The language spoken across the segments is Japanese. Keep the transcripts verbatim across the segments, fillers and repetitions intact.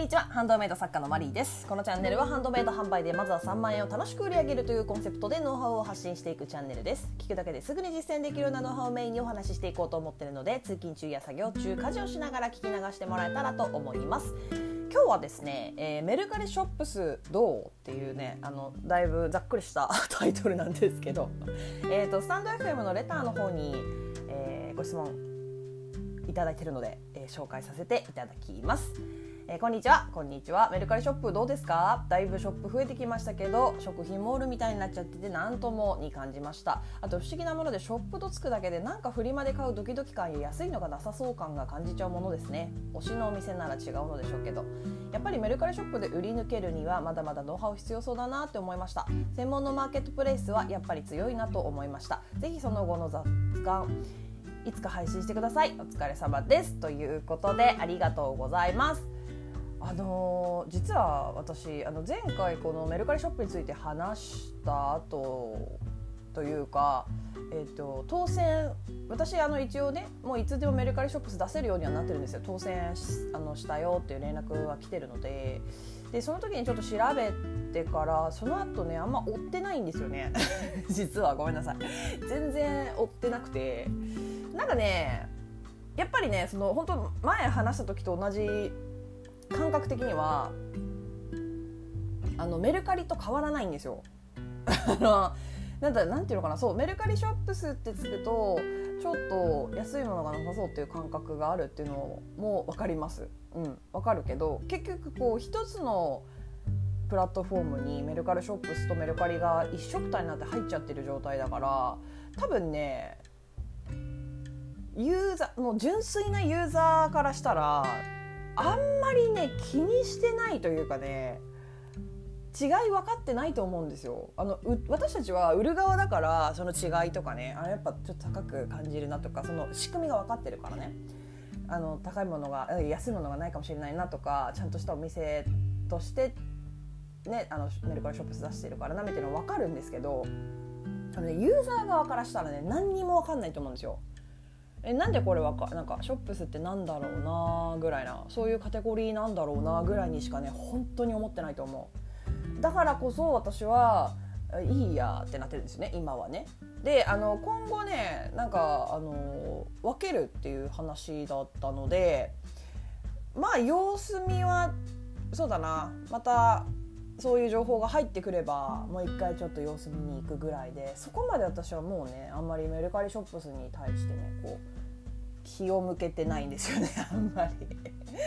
にちは、ハンドメイド作家のマリーです。このチャンネルはハンドメイド販売でまずはさんまんえんを楽しく売り上げるというコンセプトでノウハウを発信していくチャンネルです。聞くだけですぐに実践できるようなノウハウをメインにお話ししていこうと思っているので、通勤中や作業中、家事をしながら聞き流してもらえたらと思います。今日はですね、えー、メルカリショップスどうっていうね、あのだいぶざっくりしたタイトルなんですけど、えーと、スタンド エフエム のレターの方に、えー、ご質問いただいているので、えー、紹介させていただきます。えー、こんにちはこんにちはメルカリショップどうですか？だいぶショップ増えてきましたけど、食品モールみたいになっちゃっててなんともに感じました。あと不思議なものでショップとつくだけでなんかフリマで買うドキドキ感や安いのがなさそう感が感じちゃうものですね。推しのお店なら違うのでしょうけど、やっぱりメルカリショップで売り抜けるにはまだまだノウハウ必要そうだなって思いました。専門のマーケットプレイスはやっぱり強いなと思いました。ぜひその後の雑感いつか配信してください。お疲れ様です。ということでありがとうございます。あのー、実は私あの前回このメルカリショップについて話した後というか、えーと、当選私あの一応ねもういつでもメルカリショップス出せるようにはなってるんですよ。当選 し, あのしたよっていう連絡は来てるので、でその時にちょっと調べてからその後ねあんま追ってないんですよね実はごめんなさい、全然追ってなくて、なんかねやっぱりねその本当前話した時と同じ感覚的にはあのメルカリと変わらないんですよあのなんだなんていうのかな、そうメルカリショップスってつくとちょっと安いものがなさそうっていう感覚があるっていうのも分かります。うん、分かるけど結局こう一つのプラットフォームにメルカリショップスとメルカリが一緒くたになって入っちゃってる状態だから、多分ねユーザーもう純粋なユーザーからしたらあんまりね気にしてないというかね、違い分かってないと思うんですよ。あの私たちは売る側だからその違いとかね、あれやっぱちょっと高く感じるなとか、その仕組みが分かってるからね、あの高いものが安いものがないかもしれないなとか、ちゃんとしたお店としてねあのメルカリショップ出してるからなみたいなの分かるんですけど、あの、ね、ユーザー側からしたらね何にも分かんないと思うんですよ。えなんでこれわかなんかショップスってなんだろうなぐらいな、そういうカテゴリーなんだろうなぐらいにしかね本当に思ってないと思う。だからこそ私はいいやってなってるんですよね今はね。であの今後ねなんかあの分けるっていう話だったので、まあ様子見はそうだな、またそういう情報が入ってくればもう一回ちょっと様子見に行くぐらいで、そこまで私はもうねあんまりメルカリショップスに対してねこう気を向けてないんですよねあんまり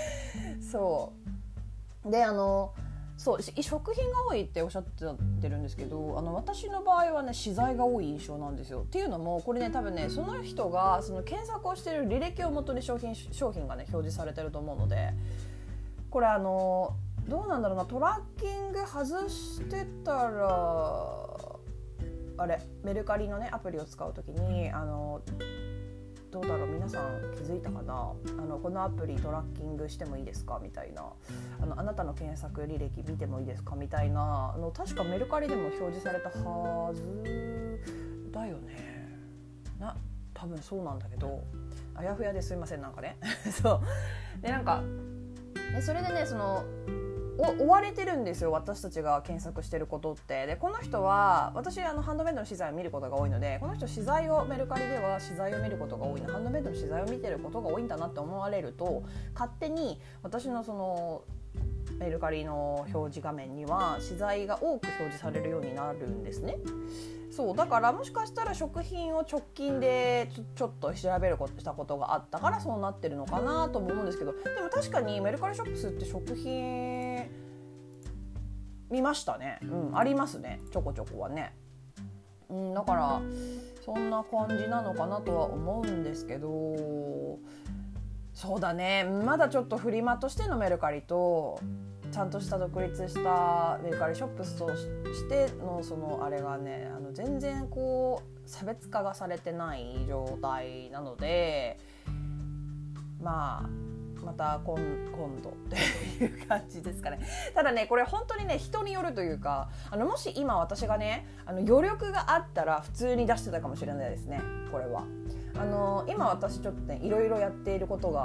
そうであのそう食品が多いっておっしゃってるんですけど、あの私の場合はね資材が多い印象なんですよ。っていうのもこれね多分ねその人がその検索をしている履歴をもとに商品商品がね表示されてると思うので、これあのどうなんだろうな、トラッキング外してたらあれメルカリのねアプリを使うときにあのどうだろう、皆さん気づいたかな、あのこのアプリトラッキングしてもいいですかみたいな、あのあなたの検索履歴見てもいいですかみたいなあの確かメルカリでも表示されたはずだよね。な多分そうなんだけど、あやふやですいませんなんかねそうでなんかでそれでねその追われてるんですよ私たちが検索してることって。でこの人は私あのハンドメイドの資材を見ることが多いので、この人資材をメルカリでは資材を見ることが多いの、ハンドメイドの資材を見てることが多いんだなって思われると、勝手に私のそのメルカリの表示画面には資材が多く表示されるようになるんですね。そうだからもしかしたら食品を直近でちょ、ちょっと調べることしたことがあったからそうなってるのかなとも思うんですけど、でも確かにメルカリショップスって食品見ましたね、うん、ありますねちょこちょこはね、うん、だからそんな感じなのかなとは思うんですけど、そうだねまだちょっとフリマとしてのメルカリとちゃんとした独立したメルカリショップスとしてのそのあれがねあの全然こう差別化がされてない状態なので、まあまた 今, 今度っていう感じですかね。ただねこれ本当にね人によるというか、あのもし今私がねあの余力があったら普通に出してたかもしれないですね。これはあの今私ちょっとねいろいろやっていることが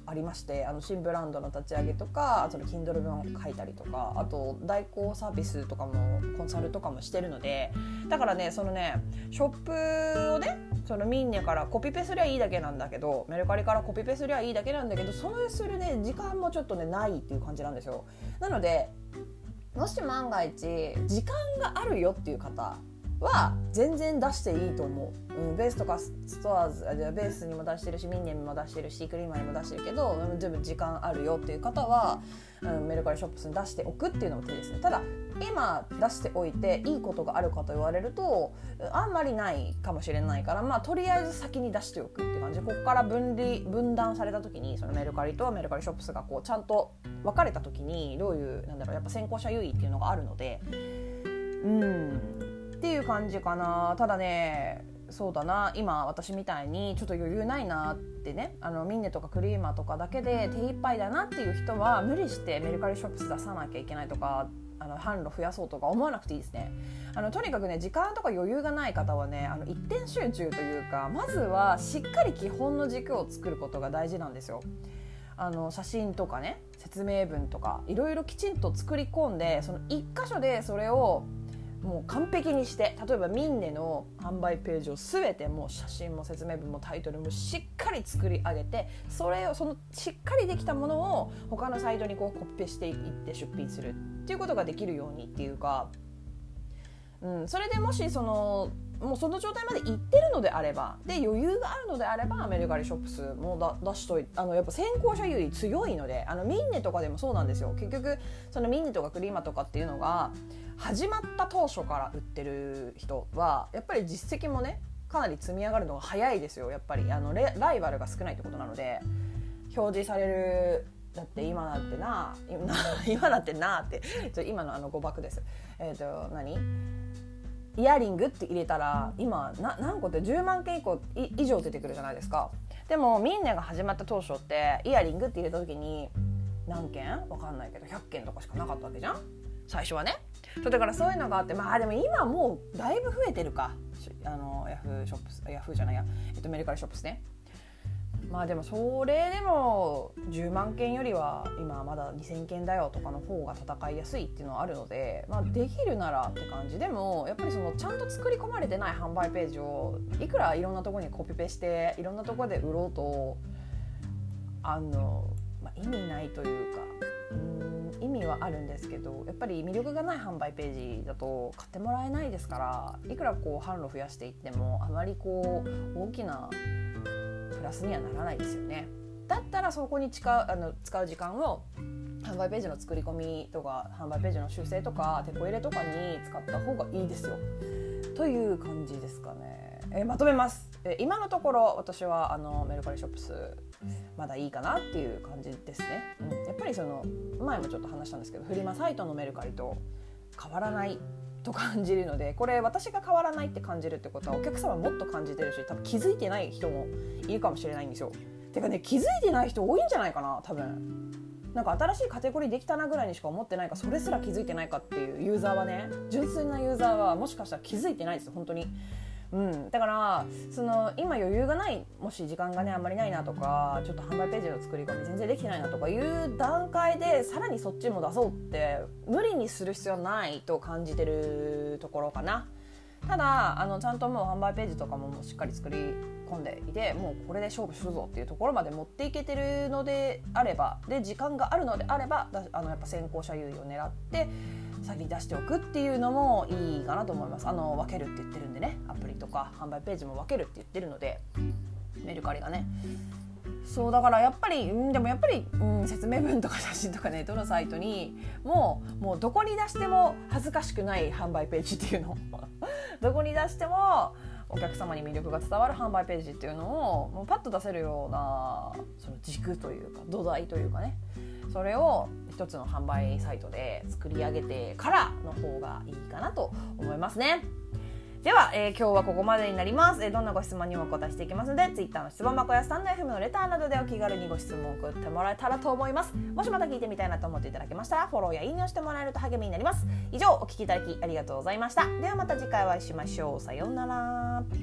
ありまして、あの新ブランドの立ち上げとか、あとの Kindle 本書いたりとか、あと代行サービスとかもコンサルとかもしてるので、だからねそのねショップをねそのミンネからコピペすりゃいいだけなんだけど、メルカリからコピペすりゃいいだけなんだけど、それするね時間もちょっとねないっていう感じなんですよ。なのでもし万が一時間があるよっていう方は全然出していいと思う、うん、ベースとかストアーズ、ベースにも出してるし、ミンネにも出してるし、クリーマーにも出してるけど、全部時間あるよっていう方は、うん、メルカリショップスに出しておくっていうのも手ですね。ただ今出しておいていいことがあるかと言われるとあんまりないかもしれないから、まあとりあえず先に出しておくっていう感じ。ここから分離分断された時に、そのメルカリとメルカリショップスがこうちゃんと分かれた時にどういうなんだろう、やっぱ先行者優位っていうのがあるので、うんっていう感じかな。ただねそうだな、今私みたいにちょっと余裕ないなってね、あのミンネとかクリーマーとかだけで手一杯だなっていう人は無理してメルカリショップス出さなきゃいけないとか、あの販路増やそうとか思わなくていいですね。あのとにかくね時間とか余裕がない方はね、あの一点集中というか、まずはしっかり基本の軸を作ることが大事なんですよ。あの写真とかね説明文とかいろいろきちんと作り込んで、その一箇所でそれをもう完璧にして、例えばミンネの販売ページを全てもう写真も説明文もタイトルもしっかり作り上げて、それをそのしっかりできたものを他のサイトにこうコピペしていって出品するっていうことができるようにっていうか、うん、それでもしそのもうその状態までいってるのであれば、で余裕があるのであればメルカリショップスもだ出しといて、あのやっぱ先行者優位強いので、あのミンネとかでもそうなんですよ。結局そのミンネとかクリーマとかっていうのが始まった当初から売ってる人はやっぱり実績もねかなり積み上がるのが早いですよ。やっぱりあのレライバルが少ないってことなので、表示されるだって今だってな今だってなって今のあの誤爆です。えっと何イヤリングって入れたら今な何個ってじゅうまんけん以降以上出てくるじゃないですか。でもミンネが始まった当初ってイヤリングって入れた時に何件わかんないけどひゃっけんとかしかなかったわけじゃん最初はね。そうだからそういうのがあって、まあでも今もうだいぶ増えてるか、あのヤフーショップスヤフーじゃないや、えっと、メルカリショップスね。まあでもそれでもじゅうまんけんよりは今まだにせんけんだよとかの方が戦いやすいっていうのはあるので、まあ、できるならって感じ。でもやっぱりそのちゃんと作り込まれてない販売ページをいくらいろんなところにコピペしていろんなところで売ろうとあの、まあ、意味ないというか、うーん意味はあるんですけど、やっぱり魅力がない販売ページだと買ってもらえないですから、いくらこう販路増やしていってもあまりこう大きなプラスにはならないですよね。だったらそこに使う、あの使う時間を販売ページの作り込みとか販売ページの修正とかテコ入れとかに使った方がいいですよという感じですかね。えー、まとめます。えー、今のところ私はあのメルカリショップスまだいいかなっていう感じですね。うん、やっぱりその前もちょっと話したんですけど、フリマサイトのメルカリと変わらないと感じるので、これ私が変わらないって感じるってことはお客様はもっと感じてるし、多分気づいてない人もいるかもしれないんですよ。てかね、気づいてない人多いんじゃないかな。多分なんか新しいカテゴリーできたなぐらいにしか思ってないか、それすら気づいてないかっていうユーザーはね、純粋なユーザーはもしかしたら気づいてないです本当に。うん、だからその今余裕がない、もし時間がねあんまりないなとか、ちょっと販売ページの作り込み全然できてないなとかいう段階でさらにそっちも出そうって無理にする必要はないと感じてるところかな。ただあのちゃんともう販売ページとかももうしっかり作り込んでいて、もうこれで勝負するぞっていうところまで持っていけてるのであれば、で時間があるのであれば、あのやっぱ先行者優位を狙って先に出しておくっていうのもいいかなと思います。あの分けるって言ってるんでね、アプリとか販売ページも分けるって言ってるので、メルカリがね。そうだからやっぱり、うん、でもやっぱり、うん、説明文とか写真とかね、どのサイトにもう、もうどこに出しても恥ずかしくない販売ページっていうのどこに出してもお客様に魅力が伝わる販売ページっていうのをもうパッと出せるようなその軸というか土台というかね、それを一つの販売サイトで作り上げてからの方がいいかなと思いますね。では、えー、今日はここまでになります。えー、どんなご質問にもお答えしていきますので、Twitter の質問箱やスタンド エフエム のレターなどでお気軽にご質問を送ってもらえたらと思います。もしまた聞いてみたいなと思っていただけましたら、フォローやいいねをしてもらえると励みになります。以上、お聞きいただきありがとうございました。ではまた次回お会いしましょう。さようなら。